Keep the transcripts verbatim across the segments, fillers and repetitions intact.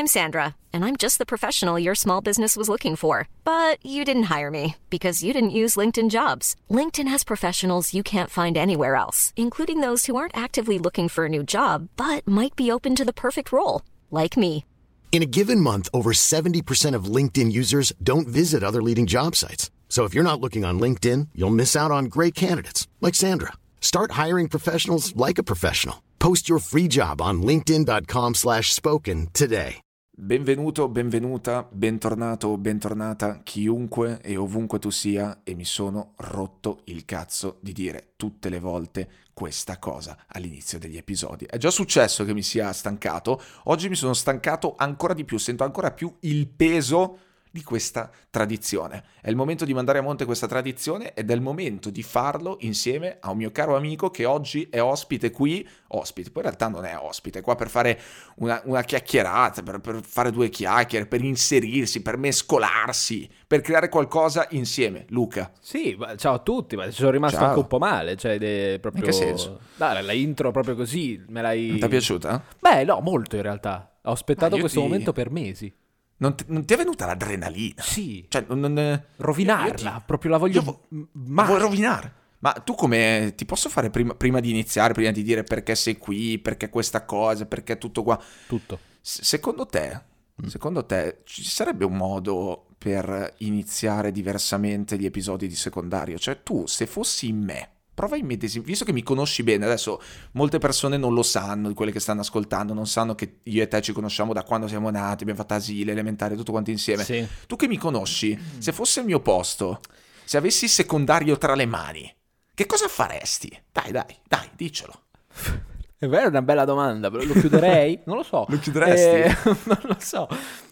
I'm Sandra, and I'm just the professional your small business was looking for. But you didn't hire me because you didn't use LinkedIn Jobs. LinkedIn has professionals you can't find anywhere else, including those who aren't actively looking for a new job, but might be open to the perfect role, like me. In a given month, over seventy percent of LinkedIn users don't visit other leading job sites. So if you're not looking on LinkedIn, you'll miss out on great candidates like Sandra. Start hiring professionals like a professional. Post your free job on linkedin.com slash spoken today. Benvenuto, benvenuta, bentornato, bentornata, chiunque e ovunque tu sia, e mi sono rotto il cazzo di dire tutte le volte questa cosa all'inizio degli episodi. È già successo che mi sia stancato, oggi mi sono stancato ancora di più, sento ancora più il peso di questa tradizione. È il momento di mandare a monte questa tradizione ed è il momento di farlo insieme a un mio caro amico che oggi è ospite qui, ospite, poi in realtà non è ospite, è qua per fare una, una chiacchierata, per, per fare due chiacchiere, per inserirsi, per mescolarsi, per creare qualcosa insieme. Luca. Sì, ma ciao a tutti, ma ci sono rimasto Ciao. anche un po' male, cioè de, proprio... In che senso? Dai, la intro proprio così, me l'hai... Non ti è piaciuta? Beh, no, molto in realtà. Ho aspettato Ah, questo ti... momento per mesi. Non ti, non ti è venuta l'adrenalina? Sì. Cioè, non, non... Rovinarla, io ti... proprio la voglio... Vo... Ma vuoi rovinare? Ma tu come... Ti posso fare prima, prima di iniziare, prima di dire perché sei qui, perché questa cosa, perché tutto qua? Tutto. S- secondo te, mm. secondo te ci sarebbe un modo per iniziare diversamente gli episodi di Secondario? Cioè tu, se fossi in me, prova a immedesimare, visto che mi conosci bene, adesso molte persone non lo sanno, di quelle che stanno ascoltando, non sanno che io e te ci conosciamo da quando siamo nati, abbiamo fatto asile, elementare, tutto quanto insieme. Sì. Tu che mi conosci, se fosse il mio posto, se avessi Secondario tra le mani, che cosa faresti? Dai, dai, dai, diccelo. È vero, è una bella domanda, lo chiuderei? Non lo so. Lo chiuderesti? Eh, non lo so.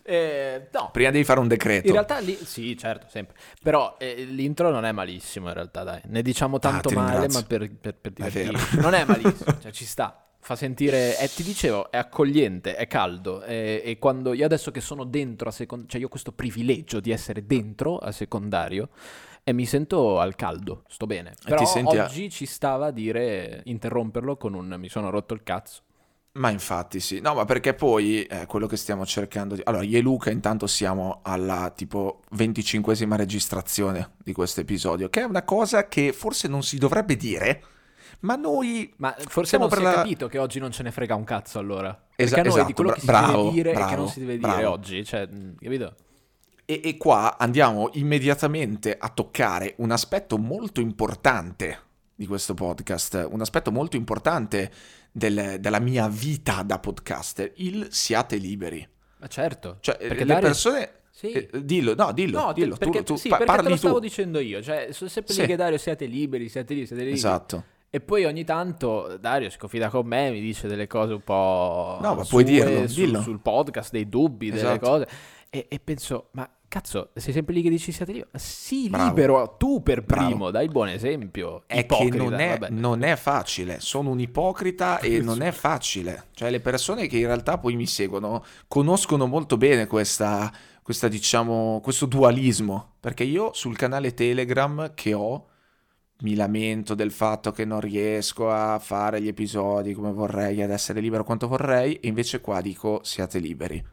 Eh, no. Prima devi fare un decreto. In realtà lì, sì, certo, sempre. Però eh, l'intro non è malissimo in realtà, dai. Ne diciamo tanto ah, male, ringrazio. ma per, per, per È vero. divertirci. Non è malissimo, cioè ci sta. Fa sentire, eh, ti dicevo, è accogliente, è caldo. E, e quando io adesso che sono dentro a secondario, cioè io ho questo privilegio di essere dentro a secondario, e mi sento al caldo, sto bene. Però ti senti a... oggi ci stava a dire, interromperlo con un mi sono rotto il cazzo. Ma infatti sì, no, ma perché poi eh, quello che stiamo cercando di... Allora, io e Luca intanto siamo alla tipo venticinquesima registrazione di questo episodio, che è una cosa che forse non si dovrebbe dire, ma noi... Ma forse siamo non per si è la... capito che oggi non ce ne frega un cazzo allora. Esa- Perché a noi esatto, di quello bra- che si bravo, deve dire bravo, e che non si deve dire bravo. oggi, cioè, capito? E, e qua andiamo immediatamente a toccare un aspetto molto importante di questo podcast, un aspetto molto importante del, della mia vita da podcaster, il siate liberi. Ma certo. Cioè, perché le Dario... persone... Sì. Eh, dillo, no, dillo, No, dillo. perché, tu, tu sì, pa- perché te parli lo stavo tu. dicendo io, cioè sono sempre Sì. lì che Dario siate liberi, siate liberi, siate liberi. Esatto. E poi ogni tanto Dario si confida con me, mi dice delle cose un po' No, ma sue puoi dirlo, sul, dillo. sul podcast, dei dubbi, delle Esatto. cose. E, e penso, ma cazzo, sei sempre lì che dici siate liberi? Sii Bravo. libero tu per Bravo. primo, dai il buon esempio. È Ipocrita, che non è, vabbè. non è facile, sono un ipocrita e non è facile. Cioè le persone che in realtà poi mi seguono conoscono molto bene questa, questa diciamo, questo dualismo, perché io sul canale Telegram che ho mi lamento del fatto che non riesco a fare gli episodi come vorrei, ad essere libero quanto vorrei, e invece qua dico siate liberi.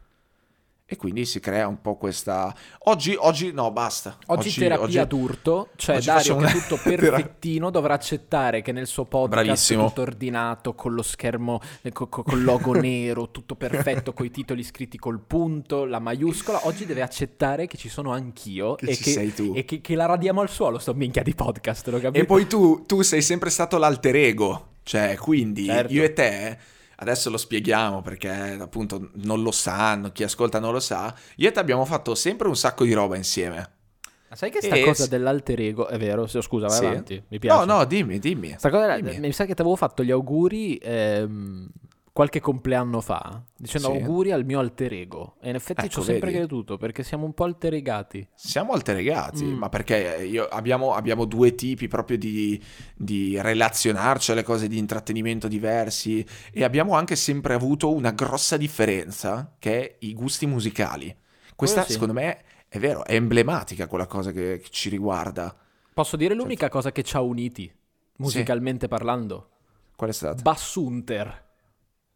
E quindi si crea un po' questa... Oggi, oggi no, basta. Oggi, terapia oggi- d'urto, cioè oggi Dario facciamo che è una- tutto perfettino dovrà accettare che nel suo podcast Bravissimo. è tutto ordinato, con lo schermo, eh, co- co- col logo nero, tutto perfetto, con i titoli scritti col punto, la maiuscola. Oggi deve accettare che ci sono anch'io Che e, ci che, sei tu. e che, che la radiamo al suolo, sto minchia di podcast, lo capisci? E poi tu, tu sei sempre stato l'alter ego, cioè quindi Certo. io e te, adesso lo spieghiamo perché appunto non lo sanno, chi ascolta non lo sa, io e te abbiamo fatto sempre un sacco di roba insieme. Ma sai che sta E- cosa dell'alter ego, è vero, se- scusa vai Sì. avanti, mi piace. No, no, dimmi, dimmi. Sta cosa, Dimmi. mi sa che ti avevo fatto gli auguri ehm, qualche compleanno fa, dicendo Sì. auguri al mio alter ego. E in effetti ci Ecco, ho sempre vedi? creduto, perché siamo un po' alteregati. Siamo alteregati, Mm. ma perché io, abbiamo, abbiamo due tipi proprio di, di relazionarci alle cose di intrattenimento diversi e abbiamo anche sempre avuto una grossa differenza che è i gusti musicali. Questa Quello sì. secondo me è vero, è emblematica quella cosa che, che ci riguarda. Posso dire l'unica cosa che ci ha uniti, musicalmente parlando? Qual è stata? Bassunter.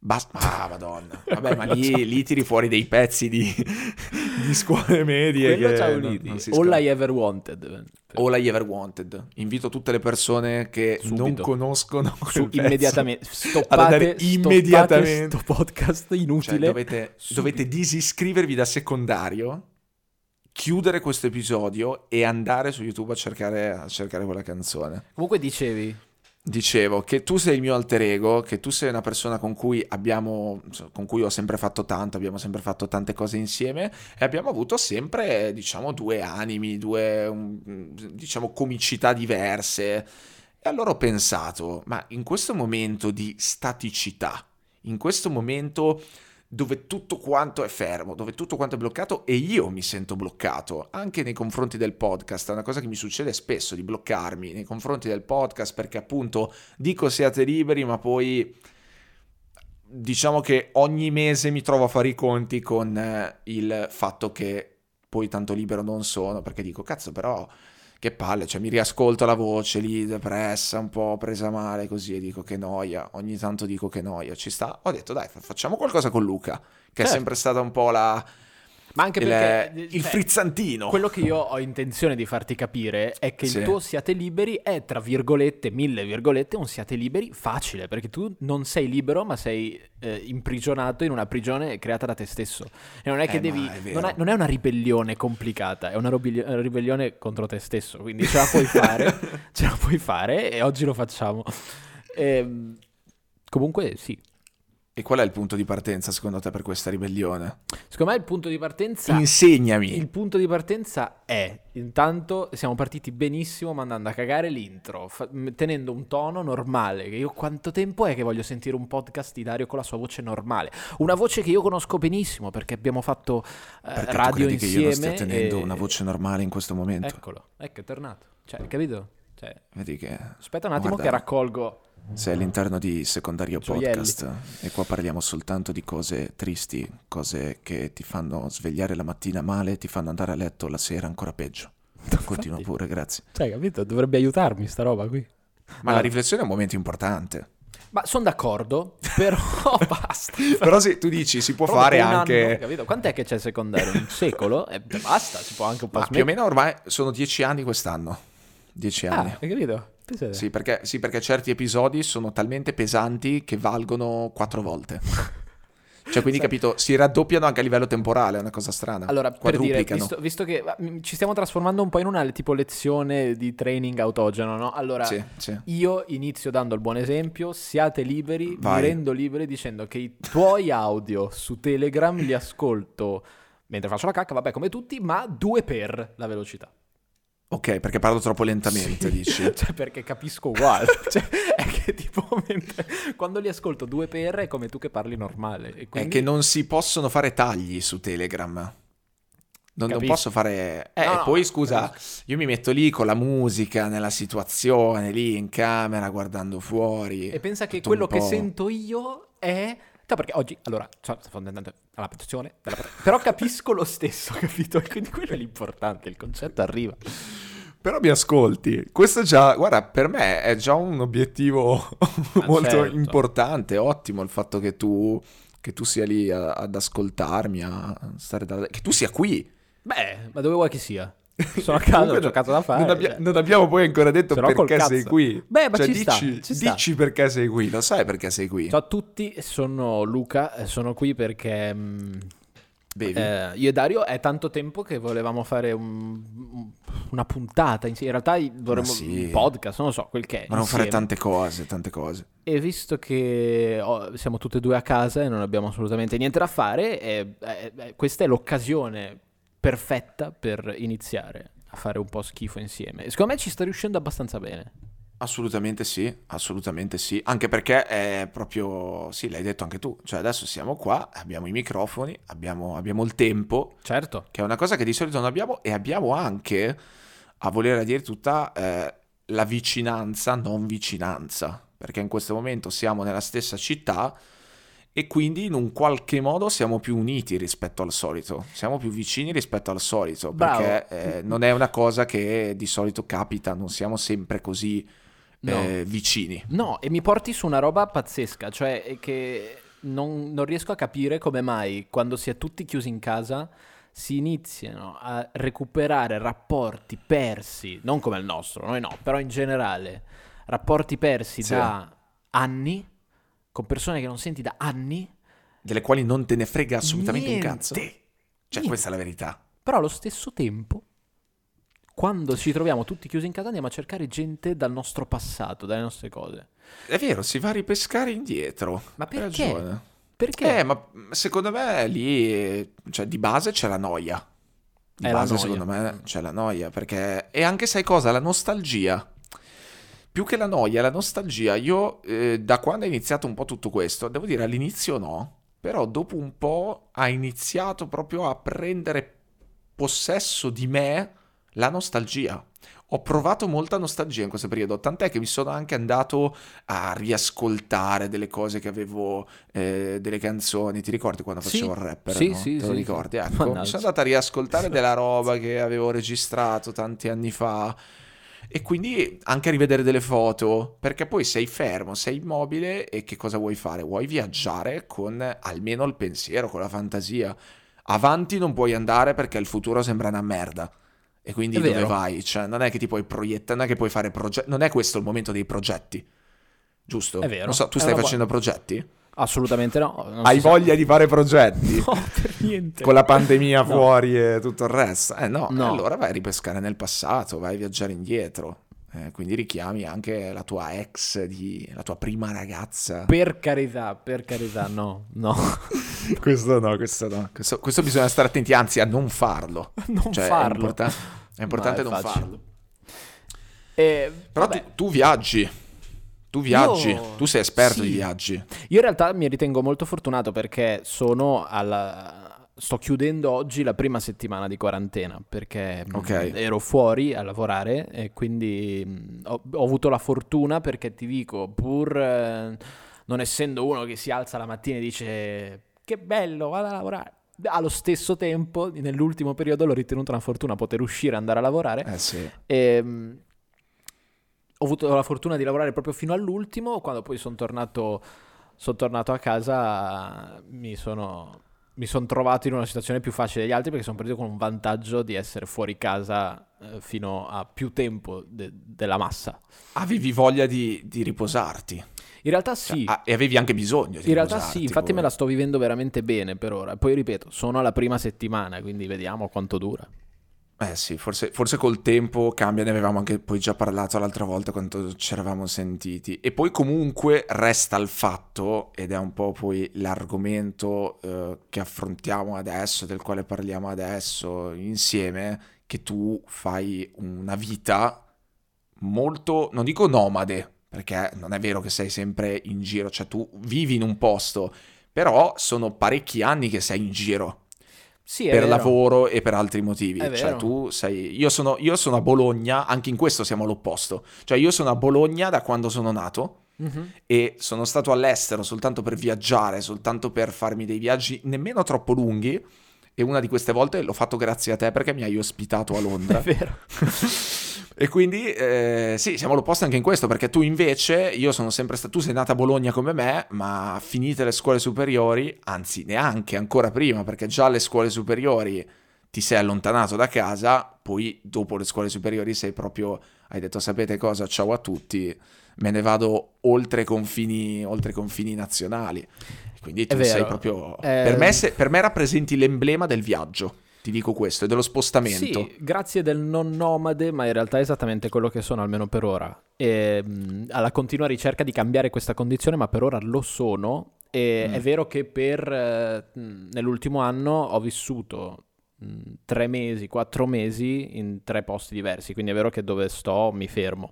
Basta, ah, madonna. Vabbè, ma lì, lì tiri fuori dei pezzi di, di scuole medie. Quello che c'ha non, uniti. non si All scappa. I Ever Wanted. All I Ever Wanted. Invito tutte le persone che Subito. non conoscono quel Su, pezzo immediatamente. ad Stoppate, andare immediatamente. stoppate sto podcast inutile. Cioè, dovete, Subito. dovete disiscrivervi da secondario, chiudere questo episodio e andare su YouTube a cercare, a cercare quella canzone. Comunque dicevi... Dicevo che tu sei il mio alter ego, che tu sei una persona con cui abbiamo, con cui ho sempre fatto tanto, abbiamo sempre fatto tante cose insieme e abbiamo avuto sempre, diciamo, due animi, due, um, diciamo, comicità diverse. E allora ho pensato, ma in questo momento di staticità, in questo momento dove tutto quanto è fermo, dove tutto quanto è bloccato e io mi sento bloccato anche nei confronti del podcast, è una cosa che mi succede spesso di bloccarmi nei confronti del podcast perché appunto dico siate liberi ma poi diciamo che ogni mese mi trovo a fare i conti con eh, il fatto che poi tanto libero non sono perché dico cazzo però che palle, cioè mi riascolto la voce lì depressa, un po' presa male così e dico che noia, ogni tanto dico che noia, ci sta, ho detto dai facciamo qualcosa con Luca, che certo. è sempre stata un po' la... Ma anche il, perché il cioè, frizzantino. Quello che io ho intenzione di farti capire è che sì. il tuo siate liberi è tra virgolette, mille virgolette, un siate liberi facile, perché tu non sei libero ma sei eh, imprigionato in una prigione creata da te stesso. E non è che eh, devi... È non, è, non è una ribellione complicata, è una, robilio- una ribellione contro te stesso, quindi ce la puoi fare, ce la puoi fare e oggi lo facciamo. E, comunque sì. E qual è il punto di partenza secondo te per questa ribellione? Secondo me il punto di partenza... Insegnami! Il punto di partenza è, intanto siamo partiti benissimo mandando a cagare l'intro, fa- tenendo un tono normale, che io quanto tempo è che voglio sentire un podcast di Dario con la sua voce normale, una voce che io conosco benissimo perché abbiamo fatto eh, Perché radio tu credi insieme. che io non stia tenendo e... una voce normale in questo momento? Eccolo, ecco è tornato, cioè capito? Cioè, Vedi che... aspetta un attimo Guarda, che raccolgo... sei all'interno di Secondario Gioielli. Podcast e qua parliamo soltanto di cose tristi, cose che ti fanno svegliare la mattina male, ti fanno andare a letto la sera ancora peggio. Continua Infatti. pure, grazie. Cioè capito? Dovrebbe aiutarmi sta roba qui. Ma No. la riflessione è un momento importante. Ma sono d'accordo, però basta. Però se tu dici si può Però fare dopo un anche... anno, capito? Quant'è che c'è il secondario? Un secolo? E basta, si può anche un po' Ma più o meno ormai sono dieci anni quest'anno. Dieci anni. Ah, hai capito? Pensate. Sì perché, sì, perché certi episodi sono talmente pesanti che valgono quattro volte. Cioè, quindi, Sai- capito, si raddoppiano anche a livello temporale, è una cosa strana. Allora, per dire, Quadruplicano. visto, visto che ah, m- ci stiamo trasformando un po' in una tipo lezione di training autogeno, no? Allora, Sì, sì. io inizio dando il buon esempio, siate liberi, Vai. mi rendo liberi dicendo che i tuoi audio su Telegram li ascolto mentre faccio la cacca, vabbè, come tutti, ma due per la velocità. Ok, perché parlo troppo lentamente, Sì. dici. Cioè, perché capisco uguale. Cioè, è che tipo, mentre... quando li ascolto due per è come tu che parli normale. E quindi... È che non si possono fare tagli su Telegram. Non, non Capisco. posso fare... Eh, No, e no, poi, scusa, io mi metto lì con la musica, nella situazione, lì in camera, guardando fuori. E pensa che tutto quello un che po'. sento io è... Cioè, perché oggi, allora, cioè, sto andando alla protezione, della prote- però capisco lo stesso, capito? E quindi quello è l'importante, il concetto arriva. Però mi ascolti. Questo già, guarda, per me è già un obiettivo molto certo. importante, ottimo il fatto che tu, che tu sia lì a- ad ascoltarmi, a stare da... che tu sia qui. Beh, ma dove vuoi che sia? Sono a casa, Comunque ho giocato da fare. Non, abbia- cioè. non abbiamo poi ancora detto Ce l'ho col perché sei cazzo. qui. Beh, ma Cioè, ci sta, dici, ci sta. dici perché sei qui, lo sai perché sei qui. Ciao a tutti, sono Luca, eh, sono qui perché... mh, Bevi? Eh, io e Dario è tanto tempo che volevamo fare un- un- una puntata insieme. In realtà vorremmo Ma sì. un podcast, non lo so, quel che è. Vorremmo fare insieme. tante cose, tante cose. E visto che oh, siamo tutte e due a casa e non abbiamo assolutamente niente da fare, eh, eh, eh, questa è l'occasione perfetta per iniziare a fare un po' schifo insieme. Secondo me ci sta riuscendo abbastanza bene. Assolutamente sì, assolutamente sì, anche perché è proprio, sì, l'hai detto anche tu, cioè adesso siamo qua, abbiamo i microfoni, abbiamo, abbiamo il tempo, Certo. che è una cosa che di solito non abbiamo, e abbiamo anche, a voler a dire tutta, eh, la vicinanza, non vicinanza, perché in questo momento siamo nella stessa città e quindi in un qualche modo siamo più uniti rispetto al solito, siamo più vicini rispetto al solito, Bravo. perché eh, non è una cosa che di solito capita, non siamo sempre così No. eh, vicini. No, e mi porti su una roba pazzesca, cioè che non, non riesco a capire come mai quando si è tutti chiusi in casa si iniziano a recuperare rapporti persi, non come il nostro, noi no, però in generale, rapporti persi Sì. da anni, con persone che non senti da anni, Delle quali non te ne frega assolutamente Niente. un cazzo. Cioè, Niente. questa è la verità. però allo stesso tempo, quando ci troviamo tutti chiusi in casa andiamo a cercare gente dal nostro passato, dalle nostre cose. È vero, si va a ripescare indietro. Ma Hai perché? ragione. Perché? Eh, ma secondo me lì, cioè, di base c'è la noia. Di È la base, noia. secondo me, c'è la noia. Perché... E anche, sai cosa? La nostalgia. Più che la noia, la nostalgia. Io, eh, da quando è iniziato un po' tutto questo, devo dire, all'inizio no. Però dopo un po' ha iniziato proprio a prendere possesso di me la nostalgia. Ho provato molta nostalgia in questo periodo, tant'è che mi sono anche andato a riascoltare delle cose che avevo, eh, delle canzoni. Ti ricordi quando Sì, facevo il rapper? sì, no? sì, Te lo sì, ricordi? sì. Ecco, mi Mannaggia. sono andato a riascoltare della roba che avevo registrato tanti anni fa. E quindi anche a rivedere delle foto, perché poi sei fermo, sei immobile e che cosa vuoi fare? Vuoi viaggiare con almeno il pensiero, con la fantasia. Avanti non puoi andare perché il futuro sembra una merda. E quindi È dove vero. vai? Cioè, non è che ti puoi proiettare, non è che puoi fare progetti. Non è questo il momento dei progetti, giusto? È vero. Non so, tu È stai una bu- facendo progetti? Assolutamente no. non Hai si sa. voglia di fare progetti? No, per niente. Con la pandemia No. fuori e tutto il resto? Eh no, No. E allora vai a ripescare nel passato, vai a viaggiare indietro. Eh, quindi richiami anche la tua ex, di, la tua prima ragazza. Per carità, per carità, no, no. Questo no, questo no. Questo, questo bisogna stare attenti, anzi a non farlo. Non Cioè, farlo. È, importa- è importante No, è non facile. farlo. E, Però tu, vabbè, tu viaggi, tu viaggi, Io- tu sei esperto sì. di viaggi. io in realtà mi ritengo molto fortunato perché sono alla... sto chiudendo oggi la prima settimana di quarantena perché mh, Ok. ero fuori a lavorare e quindi mh, ho, ho avuto la fortuna perché ti dico, pur eh, non essendo uno che si alza la mattina e dice che bello, vado a lavorare, allo stesso tempo nell'ultimo periodo l'ho ritenuta una fortuna poter uscire e andare a lavorare. Eh sì. E, mh, ho avuto la fortuna di lavorare proprio fino all'ultimo. Quando poi sono tornato, son tornato a casa, mi sono, mi son trovato in una situazione più facile degli altri perché sono partito con un vantaggio di essere fuori casa eh, fino a più tempo de- della massa. Avevi voglia di, di riposarti. In realtà sì, Ah, e avevi anche bisogno di in realtà riposarti, sì, infatti poi. me la sto vivendo veramente bene per ora. Poi ripeto, sono alla prima settimana, quindi vediamo quanto dura. Eh sì, forse, forse col tempo cambia, ne avevamo anche poi già parlato l'altra volta quando ci eravamo sentiti. E poi comunque resta il fatto, ed è un po' poi l'argomento eh, che affrontiamo adesso, del quale parliamo adesso insieme, che tu fai una vita molto, non dico nomade, perché non è vero che sei sempre in giro, cioè tu vivi in un posto, però sono parecchi anni che sei in giro. Sì, è Per vero. lavoro e per altri motivi. È Cioè vero. tu sei io sono io sono a Bologna, anche in questo siamo all'opposto. Cioè io sono a Bologna da quando sono nato Mhm. e sono stato all'estero soltanto per viaggiare, soltanto per farmi dei viaggi nemmeno troppo lunghi, e una di queste volte l'ho fatto grazie a te perché mi hai ospitato a Londra. È vero. E quindi eh, sì, siamo all'opposto anche in questo, perché tu invece, io sono sempre stato, tu sei nata a Bologna come me, ma finite le scuole superiori, anzi neanche ancora prima, perché già alle scuole superiori ti sei allontanato da casa, poi dopo le scuole superiori sei proprio, hai detto sapete cosa, ciao a tutti, me ne vado oltre i confini, oltre i confini nazionali. Quindi tu È vero. sei proprio, Eh, per me, se- per me rappresenti l'emblema del viaggio. Ti dico questo, e dello spostamento. Sì, grazie del non nomade, ma in realtà è esattamente quello che sono, almeno per ora. E, mh, alla continua ricerca di cambiare questa condizione, ma per ora lo sono. E Mm. è vero che per eh, mh, nell'ultimo anno ho vissuto mh, tre mesi, quattro mesi in tre posti diversi, quindi è vero che dove sto mi fermo.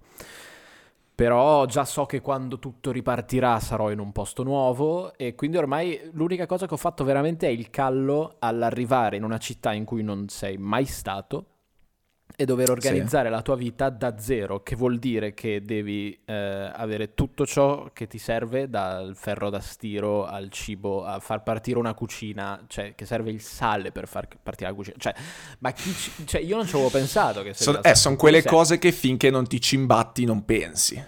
Però già so che quando tutto ripartirà sarò in un posto nuovo e quindi ormai l'unica cosa che ho fatto veramente è il callo all'arrivare in una città in cui non sei mai stato e dover organizzare la tua vita da zero, che vuol dire che devi eh, avere tutto ciò che ti serve, dal ferro da stiro al cibo, a far partire una cucina, cioè che serve il sale per far partire la cucina. Cioè, ma chi ci- cioè, io non ci avevo pensato che Sono servisse- eh, son quelle Sì. cose che finché non ti cimbatti non pensi.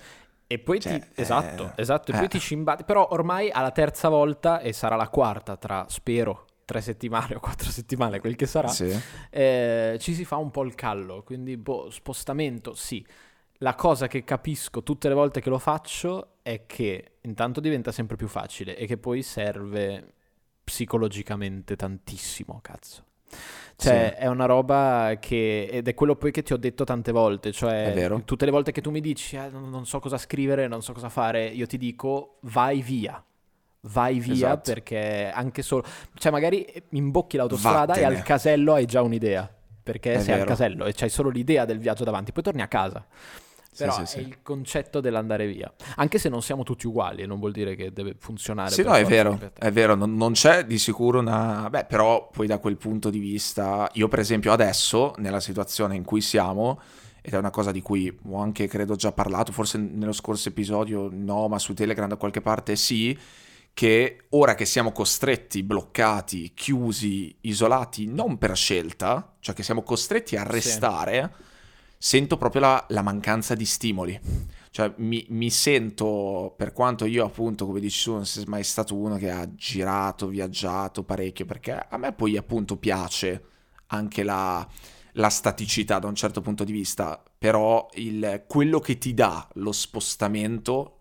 E poi Cioè, ti... Esatto, eh, esatto, e eh. poi ti cimbatti. Però ormai alla terza volta, e sarà la quarta tra, spero, tre settimane o quattro settimane, quel che sarà, Sì. eh, ci si fa un po' il callo. Quindi, boh, spostamento, sì. La cosa che capisco tutte le volte che lo faccio è che intanto diventa sempre più facile e che poi serve psicologicamente tantissimo, cazzo. Cioè, Sì. è una roba che... Ed è quello poi che ti ho detto tante volte. Cioè, È vero. tutte le volte che tu mi dici eh, non, non so cosa scrivere, non so cosa fare, io ti dico vai via. Vai via, Esatto. perché anche solo... Cioè, magari imbocchi l'autostrada e Vattene. al casello hai già un'idea. Perché È sei al vero. casello e c'hai solo l'idea del viaggio davanti. Poi torni a casa. Però sì, è sì. il concetto dell'andare via. Anche se non siamo tutti uguali, e non vuol dire che deve funzionare. Sì, per no, è forza vero, per te. è vero, non, non c'è di sicuro una... Beh, però poi da quel punto di vista, io per esempio adesso, nella situazione in cui siamo, ed è una cosa di cui ho anche credo già parlato, forse nello scorso episodio no, ma su Telegram da qualche parte sì, che ora che siamo costretti, bloccati, chiusi, isolati, non per scelta, cioè che siamo costretti a restare, sento proprio la, la mancanza di stimoli. Cioè mi, mi sento, per quanto io appunto, come dici tu, non sei mai stato uno che ha girato, viaggiato parecchio, perché a me poi appunto piace anche la, la staticità da un certo punto di vista, però il, quello che ti dà lo spostamento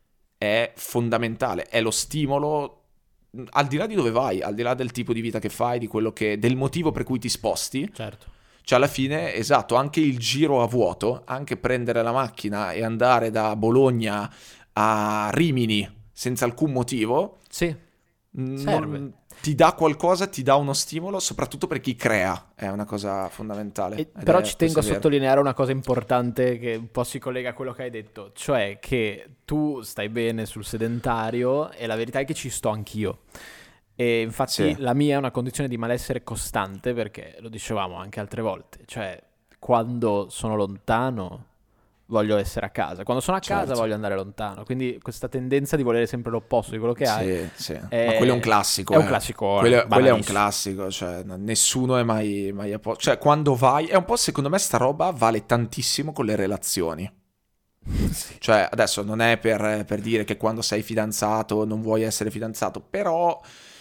è fondamentale, è lo stimolo, al di là di dove vai, al di là del tipo di vita che fai, di quello che, del motivo per cui ti sposti. Certo. Cioè alla fine, esatto, anche il giro a vuoto, anche prendere la macchina e andare da Bologna a Rimini senza alcun motivo, Sì, non- serve. ti dà qualcosa, ti dà uno stimolo, soprattutto per chi crea, è una cosa fondamentale. E- Ed però è- ci tengo a questo è vero. sottolineare una cosa importante che un po' si collega a quello che hai detto, cioè che tu stai bene sul sedentario e la verità è che ci sto anch'io. E infatti Sì. la mia è una condizione di malessere costante, perché lo dicevamo anche altre volte, cioè quando sono lontano voglio essere a casa, quando sono a casa Certo. voglio andare lontano, quindi questa tendenza di volere sempre l'opposto di quello che hai. Sì, sì. è- Ma quello è un classico. È un eh. classico. Quello, quello è un classico, cioè n- nessuno è mai, mai a posto. Cioè quando vai, è un po' secondo me sta roba vale tantissimo con le relazioni. Cioè adesso non è per, per dire che quando sei fidanzato non vuoi essere fidanzato, però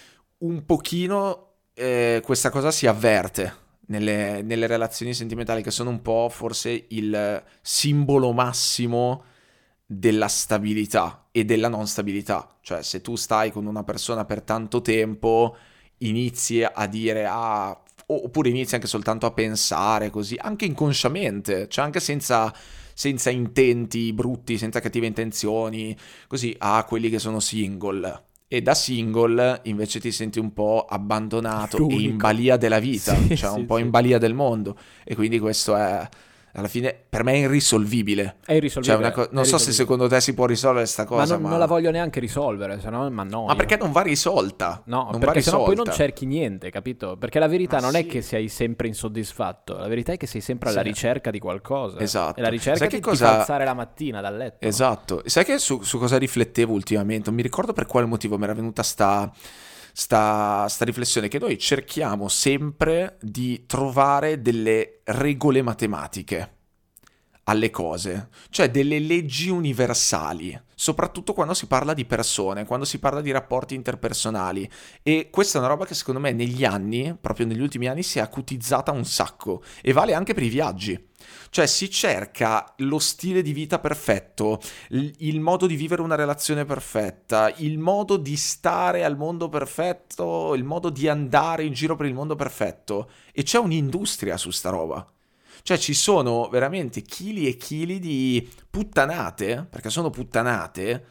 un pochino eh, questa cosa si avverte nelle, nelle relazioni sentimentali, che sono un po' forse il simbolo massimo della stabilità e della non stabilità. Cioè se tu stai con una persona per tanto tempo inizi a dire ah, oppure inizi anche soltanto a pensare così, anche inconsciamente, cioè anche senza, senza intenti brutti, senza cattive intenzioni, così a quelli che sono single. E da single invece ti senti un po' abbandonato L'unico. e in balia della vita, Sì, cioè sì, un po' sì. in balia del mondo. E quindi questo è, alla fine, per me è irrisolvibile. È irrisolvibile. Cioè una co- non è so se irrisolvibile. secondo te si può risolvere sta Ma cosa, non, ma... non la voglio neanche risolvere, se no ma no. Ma perché non va risolta? No, non va perché sennò poi non risolta. cerchi niente, capito? Perché la verità Ma non è sì. che sei sempre insoddisfatto, la verità è che sei sempre alla Sì. ricerca di qualcosa. Esatto. E la ricerca Sai di, che di cosa- alzare la mattina dal letto. Esatto. Sai che su, su cosa riflettevo ultimamente? Non mi ricordo per quale motivo mi era venuta sta, sta, sta riflessione, che noi cerchiamo sempre di trovare delle regole matematiche alle cose, cioè delle leggi universali, soprattutto quando si parla di persone, quando si parla di rapporti interpersonali. E questa è una roba che secondo me negli anni, proprio negli ultimi anni, si è acutizzata un sacco, e vale anche per i viaggi. Cioè si cerca lo stile di vita perfetto, l- il modo di vivere una relazione perfetta, il modo di stare al mondo perfetto, il modo di andare in giro per il mondo perfetto, e c'è un'industria su sta roba. Cioè ci sono veramente chili e chili di puttanate, perché sono puttanate,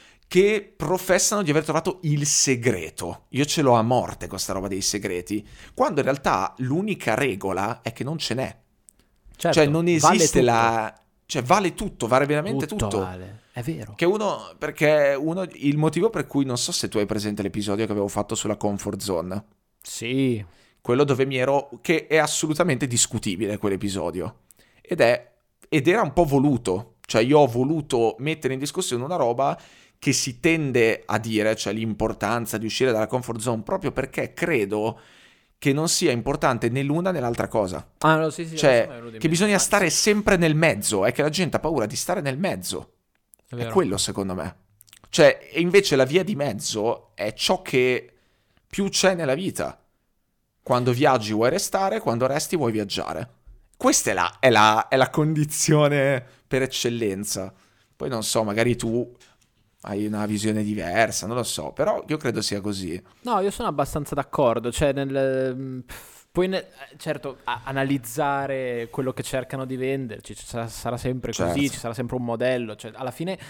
che professano di aver trovato il segreto. Io ce l'ho a morte con sta roba dei segreti, quando in realtà l'unica regola è che non ce n'è. Certo, Cioè non vale esiste tutto. la... Cioè vale tutto, vale veramente tutto. vale. È vero. Che uno... Perché uno... Il motivo per cui... Non so se tu hai presente l'episodio che avevo fatto sulla comfort zone. Sì. Quello dove mi ero... Che è assolutamente discutibile quell'episodio. Ed è... Ed era un po' voluto. Cioè io ho voluto mettere in discussione una roba che si tende a dire, cioè l'importanza di uscire dalla comfort zone, proprio perché credo che non sia importante né l'una né l'altra cosa. Ah, no, sì, sì, adesso mi è Cioè, venuto in che mente. bisogna Ma stare sì. sempre nel mezzo, è che la gente ha paura di stare nel mezzo. È È vero. quello secondo me. Cioè, e invece la via di mezzo è ciò che più c'è nella vita. Quando viaggi vuoi restare, quando resti vuoi viaggiare. Questa è la, è la, è la condizione per eccellenza. Poi non so, magari tu hai una visione diversa, non lo so, però io credo sia così. No, io sono abbastanza d'accordo, cioè nel... mm, Poi ne- eh, certo, a- analizzare quello che cercano di venderci, ci sarà, sarà sempre così, Certo. ci sarà sempre un modello, cioè alla fine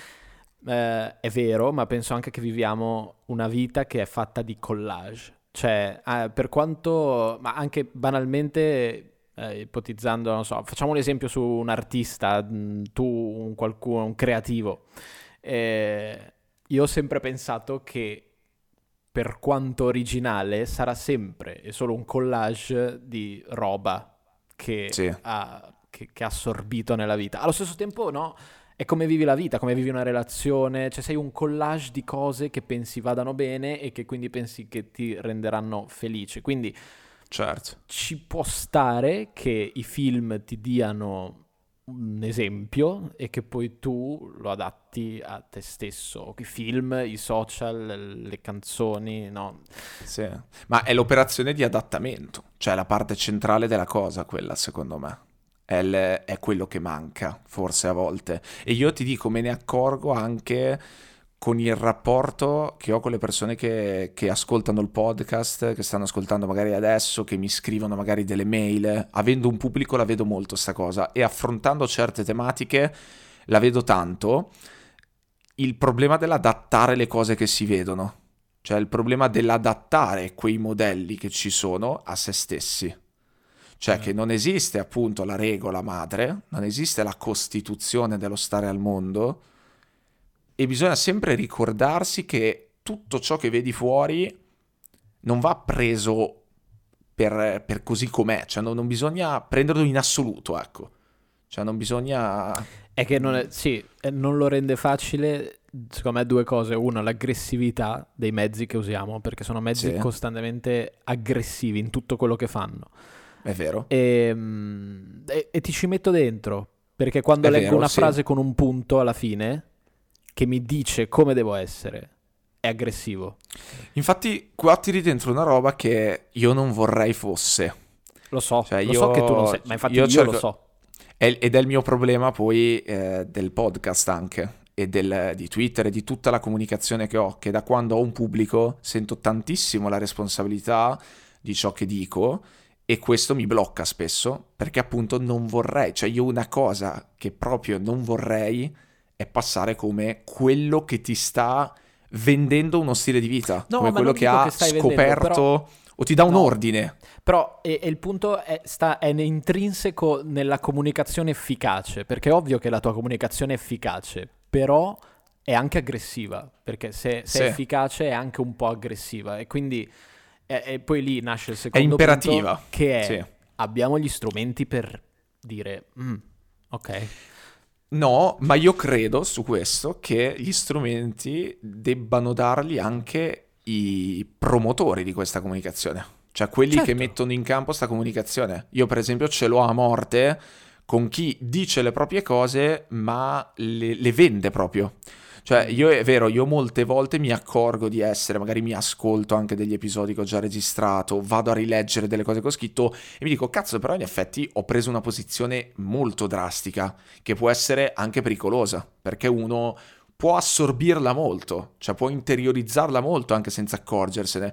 eh, è vero, ma penso anche che viviamo una vita che è fatta di collage, cioè eh, per quanto, ma anche banalmente eh, ipotizzando, non so, facciamo un esempio su un artista, mh, tu un qualcuno, un creativo. Eh, io ho sempre pensato che per quanto originale sarà sempre e solo un collage di roba che Sì, ha, che, che ha assorbito nella vita. Allo stesso tempo, no, è come vivi la vita, come vivi una relazione, cioè sei un collage di cose che pensi vadano bene e che quindi pensi che ti renderanno felice. Quindi certo. ci può stare che i film ti diano un esempio e che poi tu lo adatti a te stesso. I film, i social, le canzoni, no? Sì. Ma è l'operazione di adattamento, cioè la parte centrale della cosa, quella secondo me. È, il- è quello che manca, forse a volte. E io ti dico, me ne accorgo anche con il rapporto che ho con le persone che, che ascoltano il podcast, che stanno ascoltando magari adesso, che mi scrivono magari delle mail. Avendo un pubblico la vedo molto sta cosa e affrontando certe tematiche la vedo tanto. Il problema dell'adattare le cose che si vedono, cioè il problema dell'adattare quei modelli che ci sono a se stessi. Cioè che non esiste appunto la regola madre, non esiste la costituzione dello stare al mondo e bisogna sempre ricordarsi che tutto ciò che vedi fuori non va preso per, per così com'è, cioè non, non bisogna prenderlo in assoluto, ecco. Cioè non bisogna... È che non è, sì, eh, non lo rende facile, secondo me, due cose. Uno, l'aggressività dei mezzi che usiamo, perché sono mezzi Sì. costantemente aggressivi in tutto quello che fanno. È vero. E, mm, e- e ti ci metto dentro, perché quando È leggo vero, una sì. frase con un punto alla fine che mi dice come devo essere, è aggressivo. Infatti qua tiri dentro una roba che io non vorrei fosse. Lo so, Cioè, lo io- so che tu non sei, ma infatti io io, cerco- lo so. È- ed è il mio problema poi eh, del podcast anche e del- di Twitter e di tutta la comunicazione che ho, che da quando ho un pubblico sento tantissimo la responsabilità di ciò che dico e questo mi blocca spesso perché appunto non vorrei, cioè io una cosa che proprio non vorrei è passare come quello che ti sta vendendo uno stile di vita, No, come ma quello non che dico ha che stai vendendo, scoperto però- o ti dà un No. ordine. Però e, e il punto è, sta, è intrinseco nella comunicazione efficace, perché è ovvio che la tua comunicazione è efficace, però è anche aggressiva, perché se, se Sì. è efficace è anche un po' aggressiva e quindi e, e poi lì nasce il È secondo imperativa. punto che è Sì. abbiamo gli strumenti per dire "Mm, ok, No, ma io credo su questo che gli strumenti debbano darli anche i promotori di questa comunicazione, cioè quelli Certo. che mettono in campo sta comunicazione. Io per esempio ce l'ho a morte con chi dice le proprie cose ma le, le vende proprio. Cioè io è vero, io molte volte mi accorgo di essere, magari mi ascolto anche degli episodi che ho già registrato, vado a rileggere delle cose che ho scritto e mi dico cazzo, però in effetti ho preso una posizione molto drastica che può essere anche pericolosa perché uno può assorbirla molto, cioè può interiorizzarla molto anche senza accorgersene.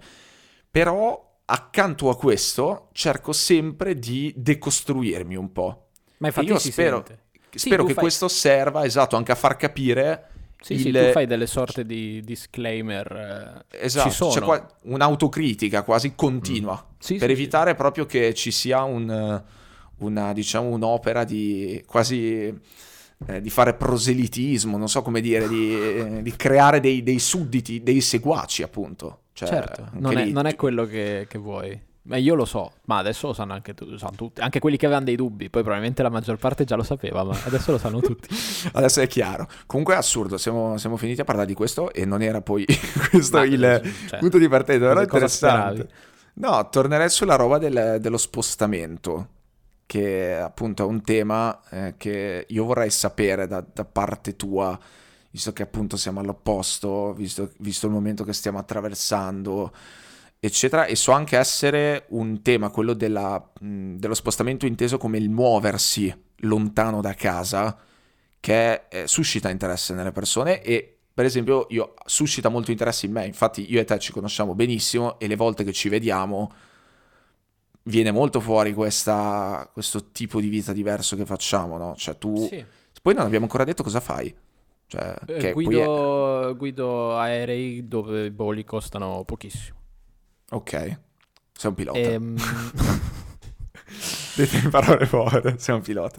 Però accanto a questo cerco sempre di decostruirmi un po'. ma infatti E io si spero, sente. Sì, spero tu che fai- questo serva, esatto, anche a far capire Sì, sì, il- tu fai delle sorte di disclaimer, eh, Esatto, ci sono. c'è qua un'autocritica quasi continua Sì, per sì, evitare proprio che ci sia un, una, diciamo, un'opera di quasi eh, di fare proselitismo, non so come dire, di, di creare dei, dei sudditi, dei seguaci, appunto. Cioè, Certo, anche non è, lì- non è quello che, che vuoi. Ma io lo so, ma adesso lo sanno anche tu- lo sanno tutti. Anche quelli che avevano dei dubbi, poi probabilmente la maggior parte già lo sapeva, ma adesso lo sanno tutti. Adesso è chiaro. Comunque è assurdo, siamo, siamo finiti a parlare di questo e non era poi questo Ma, il cioè, punto di partenza, però è cosa interessante. speravi? No, tornerei sulla roba del- dello spostamento, che appunto è un tema eh, che io vorrei sapere da, da parte tua, visto che appunto siamo all'opposto, visto, visto il momento che stiamo attraversando, eccetera, e so anche essere un tema, quello della, mh, dello spostamento inteso come il muoversi lontano da casa, che eh, suscita interesse nelle persone e per esempio io suscita molto interesse in me, infatti io e te ci conosciamo benissimo e le volte che ci vediamo viene molto fuori questa, questo tipo di vita diverso che facciamo, no? Cioè tu... Sì. Poi non abbiamo ancora detto cosa fai. Cioè, Eh, che guido, poi è... guido aerei dove i voli costano pochissimo. Ok, sei un pilota. Ehm... Dite in parole povere, sei un pilota.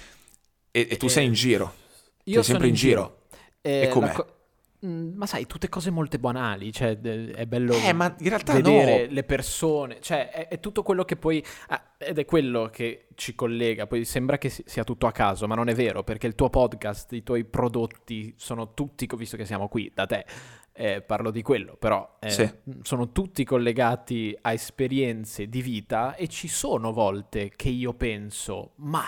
E, e tu Eh, sei in giro. Io sei sono sempre in giro. Eh, E com'è? la co- Mm, Ma sai, tutte cose molto banali, cioè de- è bello Eh, ma in realtà vedere no. le persone, cioè è, è tutto quello che poi, ah, ed è quello che ci collega, poi sembra che si- sia tutto a caso, ma non è vero, perché il tuo podcast, i tuoi prodotti sono tutti, co- visto che siamo qui da te, eh, parlo di quello, però eh, Sì. sono tutti collegati a esperienze di vita e ci sono volte che io penso, ma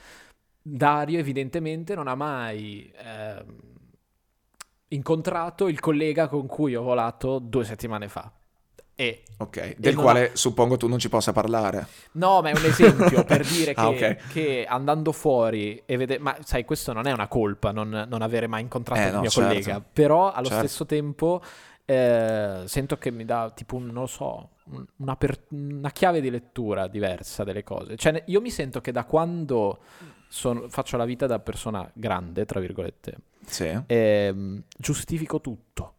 Dario evidentemente non ha mai... ehm, incontrato il collega con cui ho volato due settimane fa. E, Ok, del non quale suppongo tu non ci possa parlare. no, ma è un esempio per dire che, Ah, ok. che andando fuori e vedere... Ma sai, questo non è una colpa, non, non avere mai incontrato Eh, il no, mio certo. collega. Però allo Certo. stesso tempo eh, sento che mi dà tipo, un, non lo so, un- una, per- una chiave di lettura diversa delle cose. Cioè, ne- io mi sento che da quando sono- faccio la vita da persona grande, tra virgolette, Sì. ehm, giustifico tutto.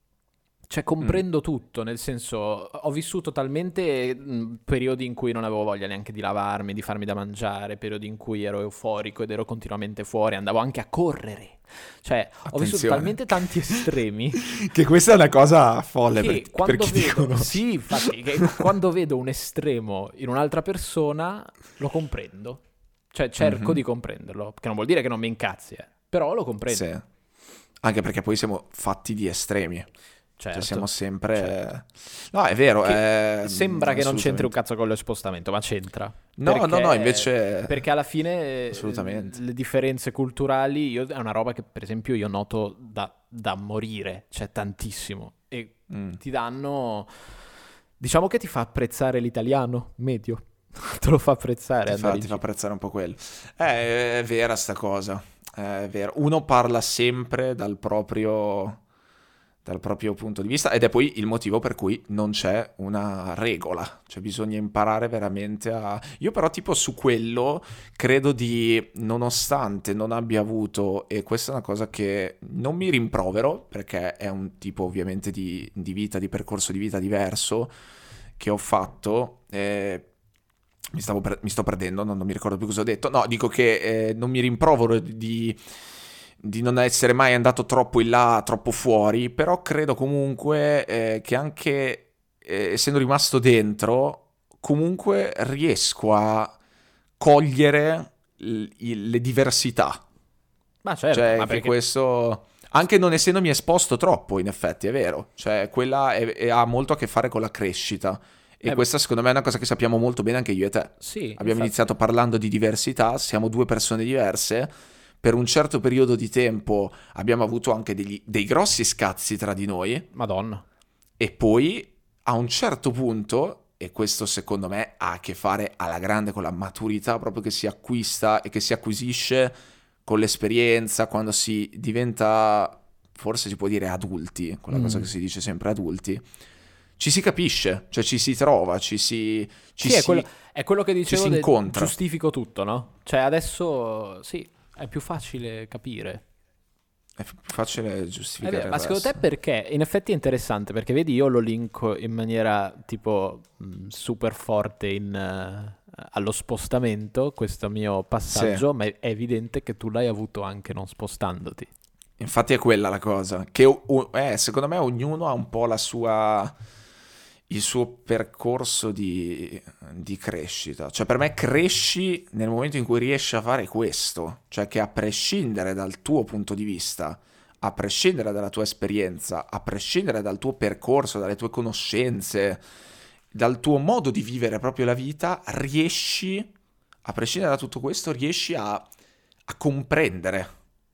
Cioè comprendo tutto, nel senso ho vissuto talmente mh, periodi in cui non avevo voglia neanche di lavarmi, di farmi da mangiare, periodi in cui ero euforico ed ero continuamente fuori, andavo anche a correre. Cioè ho vissuto Attenzione. talmente tanti estremi Che questa è una cosa folle che per, per quando chi ti vedo, conosce. sì, infatti, che quando vedo un estremo in un'altra persona lo comprendo. Cioè cerco Mhm. di comprenderlo, che non vuol dire che non mi incazzi, eh, però lo comprendo. Sì. Anche perché poi siamo fatti di estremi. Certo. Cioè siamo sempre... certo. No, è vero. Che è... sembra che non c'entri un assolutamente. cazzo con lo spostamento, ma c'entra. No, no, Perché- no, invece... Perché alla fine eh, Assolutamente. le differenze culturali io- è una roba che per esempio io noto da, da morire, cioè tantissimo. E Mm. ti danno... Diciamo che ti fa apprezzare l'italiano medio. Te lo fa apprezzare. Ti fa, andare in ti fa giro. apprezzare un po' quello. Eh, è vera sta cosa. Eh, È vero. Uno parla sempre dal proprio, dal proprio punto di vista ed è poi il motivo per cui non c'è una regola. Cioè bisogna imparare veramente a... Io però tipo su quello credo di, nonostante non abbia avuto, e questa è una cosa che non mi rimprovero, perché è un tipo ovviamente di, di vita, di percorso di vita diverso che ho fatto... eh, Mi, stavo per- mi sto perdendo, non, non mi ricordo più cosa ho detto. No, dico che eh, non mi rimprovero di, di non essere mai andato troppo in là, troppo fuori, però credo comunque eh, che anche eh, essendo rimasto dentro, comunque riesco a cogliere l- il- le diversità. Ma certo, Cioè, ma che perché... questo... Anche non essendomi esposto troppo, in effetti, è vero. Cioè, quella è- è- ha molto a che fare con la crescita. E Eh, questa secondo me è una cosa che sappiamo molto bene anche io e te. Sì, Abbiamo infatti. iniziato parlando di diversità, siamo due persone diverse. Per un certo periodo di tempo abbiamo avuto anche degli- dei grossi scazzi tra di noi. Madonna. E poi, a un certo punto, e questo secondo me ha a che fare alla grande con la maturità proprio che si acquista e che si acquisisce con l'esperienza, quando si diventa, forse si può dire adulti, quella Mm. cosa che si dice sempre adulti, ci si capisce, cioè ci si trova, ci si... Ci Sì, è si... quello, è quello che dicevo, si de- incontra. giustifico tutto, no? Cioè adesso sì, è più facile capire. È più facile È giustificare vero, il ma secondo te resto. perché? In effetti è interessante perché vedi io lo linko in maniera tipo mh, super forte in, eh, allo spostamento, questo mio passaggio, ma è è evidente che tu l'hai avuto anche non spostandoti. Infatti è quella la cosa, che o- o- eh, secondo me ognuno ha un po' la sua... il suo percorso di, di crescita. Cioè per me cresci nel momento in cui riesci a fare questo, cioè che a prescindere dal tuo punto di vista, a prescindere dalla tua esperienza, a prescindere dal tuo percorso, dalle tue conoscenze, dal tuo modo di vivere proprio la vita, riesci, a prescindere da tutto questo, riesci a, a comprendere.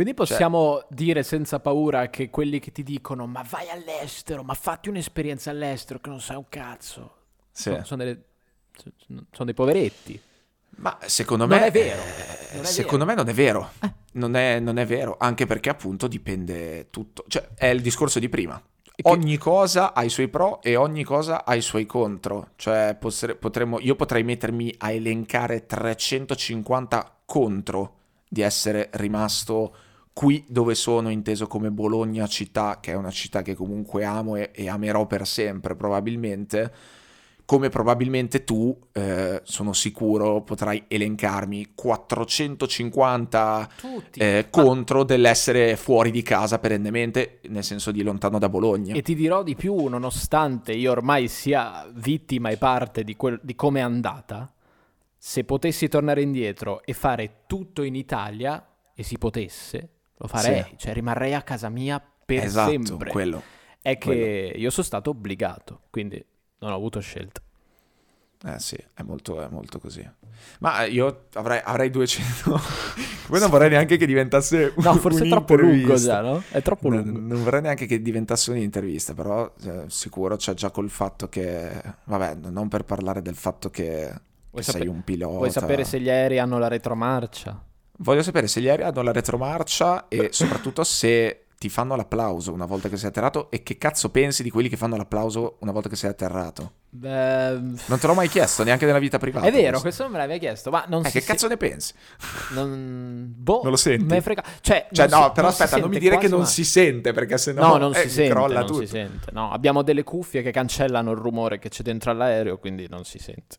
Quindi possiamo cioè... dire senza paura che quelli che ti dicono ma vai all'estero, ma fatti un'esperienza all'estero che non sai un cazzo, sì. sono, sono, delle, sono dei poveretti. Ma secondo non me è vero. Non è secondo vero. me non è vero. Eh. Non, è, non è vero, anche perché appunto dipende tutto. Cioè è il discorso di prima. Che... Ogni cosa ha i suoi pro e ogni cosa ha i suoi contro. Cioè potremmo, io potrei mettermi a elencare trecentocinquanta contro di essere rimasto qui dove sono, inteso come Bologna città, che è una città che comunque amo e, e amerò per sempre probabilmente, come probabilmente tu, eh, sono sicuro, potrai elencarmi quattrocentocinquanta eh, contro dell'essere fuori di casa perennemente, nel senso di lontano da Bologna. E ti dirò di più, nonostante io ormai sia vittima e parte di, quel, di come è andata, se potessi tornare indietro e fare tutto in Italia, e si potesse, lo farei, sì. Cioè rimarrei a casa mia per esatto, sempre. Quello. È che quello. Io sono stato obbligato, quindi non ho avuto scelta. Eh sì, è molto, è molto così. Ma io avrei, avrei duecento... Poi non vorrei neanche che diventasse un, No, forse è troppo lungo già, no? È troppo lungo. Non, non vorrei neanche che diventasse un'intervista, però eh, sicuro c'è già col fatto che... Vabbè, non per parlare del fatto che, che saper- sei un pilota. Vuoi sapere se gli aerei hanno la retromarcia? Voglio sapere se gli aerei hanno la retromarcia e soprattutto se ti fanno l'applauso una volta che sei atterrato e che cazzo pensi di quelli che fanno l'applauso una volta che sei atterrato. Beh... Non te l'ho mai chiesto, neanche nella vita privata. È vero, questo, questo non me l'avevi chiesto, ma non eh, si che cazzo se... ne pensi? Non... Boh, non lo senti? Me frega... Cioè, cioè non no, si, però non aspetta, non mi dire che non mai. si sente, perché sennò no, non eh, si sente, crolla non tutto. si sente. No, abbiamo delle cuffie che cancellano il rumore che c'è dentro all'aereo, quindi non si sente.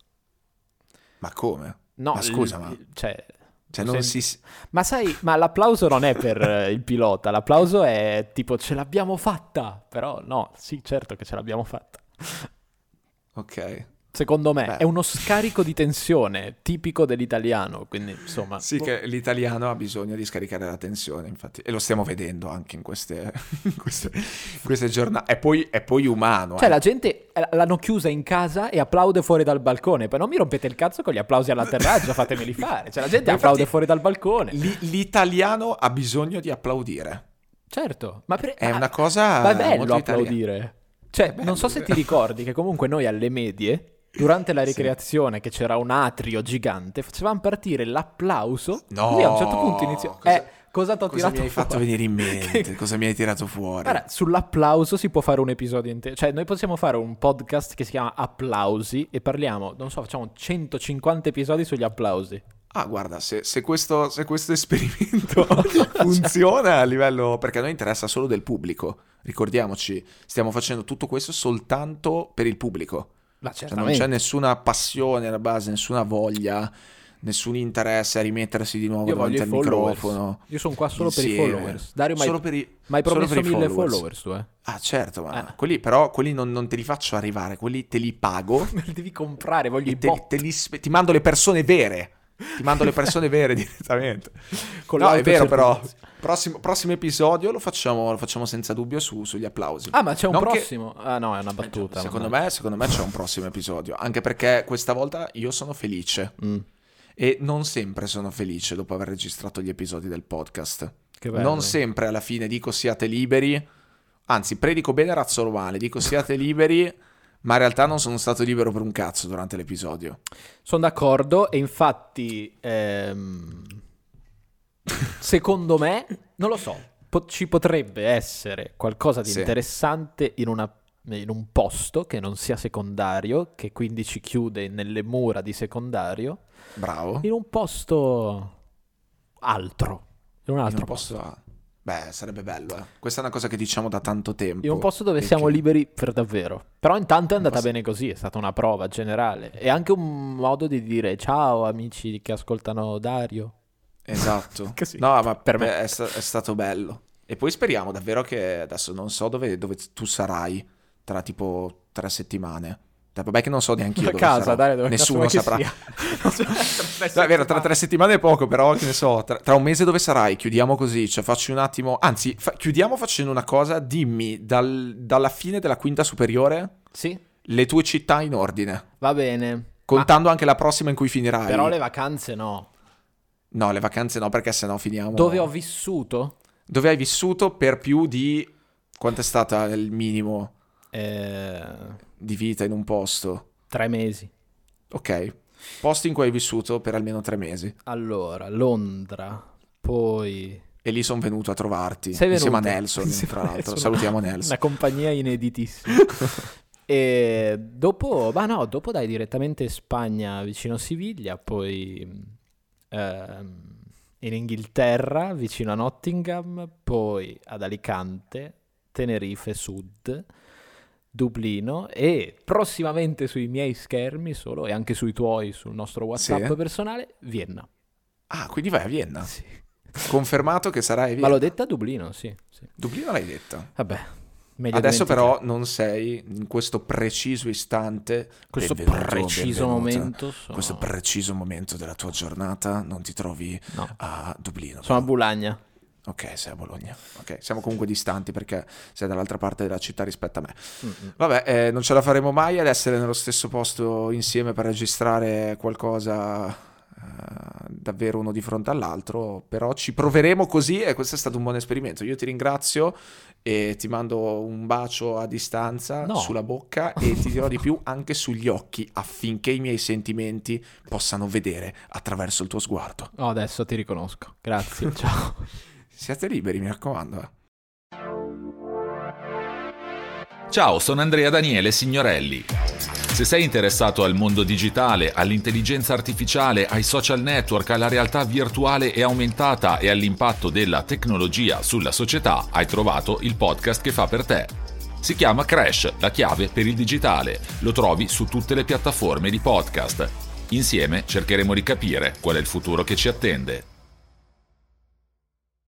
Ma come? No, ma scusa, l- ma... Cioè... Cioè non si... Ma sai, ma l'applauso non è per il pilota, l'applauso è tipo ce l'abbiamo fatta, però no, sì, certo che ce l'abbiamo fatta. Ok. Secondo me Beh. è uno scarico di tensione tipico dell'italiano, quindi insomma... Sì, boh. Che l'italiano ha bisogno di scaricare la tensione, infatti, e lo stiamo vedendo anche in queste, in queste, in queste giornate. E poi, è poi umano. Cioè eh. la gente l'hanno chiusa in casa e applaude fuori dal balcone, poi non mi rompete il cazzo con gli applausi all'atterraggio, fatemeli fare. Cioè la gente ma applaude infatti, fuori dal balcone. L- l'italiano ha bisogno di applaudire. Certo, ma per... È ma, una cosa ma è bello molto applaudire. italiana. Cioè, bello, non so se ti ricordi che comunque noi alle medie... Durante la ricreazione, sì. Che c'era un atrio gigante, facevamo partire l'applauso. No, così a un certo punto inizio. Cosa, eh, cosa ti ho cosa tirato mi hai fuori? fatto venire in mente? Cosa mi hai tirato fuori? Guarda, sull'applauso si può fare un episodio intero. Cioè, noi possiamo fare un podcast che si chiama Applausi e parliamo, non so, facciamo centocinquanta episodi sugli applausi. Ah, guarda, se, se, questo, se questo esperimento funziona a livello... Perché a noi interessa solo del pubblico. Ricordiamoci, stiamo facendo tutto questo soltanto per il pubblico. Cioè non c'è nessuna passione alla base, nessuna voglia, nessun interesse a rimettersi di nuovo Io davanti al microfono. Io sono qua solo insieme. Per i followers. Dario, solo mai, per i, mai promesso per i mille followers. followers tu, eh? Ah, certo, ma eh. quelli però quelli non, non te li faccio arrivare, quelli te li pago. Me li devi comprare, voglio i te, bot. te li spe- ti mando le persone vere. Ti mando le persone vere direttamente. Con no, è vero, però. servizio. Prossimo, prossimo episodio lo facciamo, lo facciamo senza dubbio su, sugli applausi. Ah, ma c'è un non prossimo? Che... Ah, no, è una battuta. Eh, secondo, me, secondo me c'è un prossimo episodio. Anche perché questa volta io sono felice. Mm. E non sempre sono felice dopo aver registrato gli episodi del podcast. Che bello. Non sempre alla fine dico siate liberi. Anzi, predico bene razzolo male. Dico siate liberi. Ma in realtà non sono stato libero per un cazzo durante l'episodio. Sono d'accordo e infatti ehm, secondo me, non lo so, po- ci potrebbe essere qualcosa di sì. interessante in, una, in un posto che non sia secondario, che quindi ci chiude nelle mura di secondario. Bravo. In un posto altro. In un altro in un posto... posto. Beh, sarebbe bello, eh. Questa è una cosa che diciamo da tanto tempo. In un posto dove perché... siamo liberi per davvero. Però intanto è andata posso... bene così, è stata una prova generale. E anche un modo di dire ciao amici che ascoltano Dario. Esatto. sì. No, ma per me è, sta- è stato bello. E poi speriamo davvero che adesso non so dove, dove tu sarai tra tipo tre settimane. Vabbè che non so neanche io a dove casa, sarò. Dai, dove nessuno saprà. No, è vero, tra tre settimane è poco, però che ne so, tra, tra un mese dove sarai? Chiudiamo così, cioè facci un attimo, anzi, fa, chiudiamo facendo una cosa, dimmi dal, dalla fine della quinta superiore sì? le tue città in ordine. Va bene. Contando Ma... anche la prossima in cui finirai. Però le vacanze no. No, le vacanze no, perché sennò finiamo... Dove ho vissuto? Dove hai vissuto per più di... Quanto è stata il minimo Eh, di vita in un posto? tre mesi. Ok. Posti in cui hai vissuto per almeno tre mesi. Allora, Londra, poi... E lì sono venuto a trovarti. Sei insieme venuto? a Nelson, Insieme tra a l'altro. Nelson. Salutiamo Nelson. Una compagnia ineditissima. E dopo, bah no, dopo dai direttamente Spagna vicino Siviglia, poi ehm, in Inghilterra vicino a Nottingham, poi ad Alicante, Tenerife Sud, Dublino e prossimamente sui miei schermi solo e anche sui tuoi sul nostro WhatsApp Sì. personale, Vienna. Ah, quindi vai a Vienna. Sì. Confermato che sarai a Vienna. Ma l'ho detta a Dublino, sì, sì. Dublino l'hai detta. Vabbè, meglio Adesso dimenticare. però non sei in questo preciso istante. Questo benvenuto, preciso benvenuta. momento sono... Questo preciso momento della tua giornata non ti trovi No. a Dublino. Sono a però. Bulagna. Ok, sei a Bologna. Ok, siamo comunque distanti perché sei dall'altra parte della città rispetto a me. Mm-mm. Vabbè, eh, non ce la faremo mai ad essere nello stesso posto insieme per registrare qualcosa eh, davvero uno di fronte all'altro, però ci proveremo così e questo è stato un buon esperimento. Io ti ringrazio e ti mando un bacio a distanza No. sulla bocca e ti dirò di più anche sugli occhi affinché i miei sentimenti possano vedere attraverso il tuo sguardo. Oh, adesso ti riconosco. Grazie, ciao. Siate liberi, mi raccomando. eh. Ciao, sono Andrea Daniele Signorelli. Se sei interessato al mondo digitale, all'intelligenza artificiale, ai social network, alla realtà virtuale e aumentata e all'impatto della tecnologia sulla società, hai trovato il podcast che fa per te. Si chiama Crash, la chiave per il digitale. Lo trovi su tutte le piattaforme di podcast. Insieme cercheremo di capire qual è il futuro che ci attende.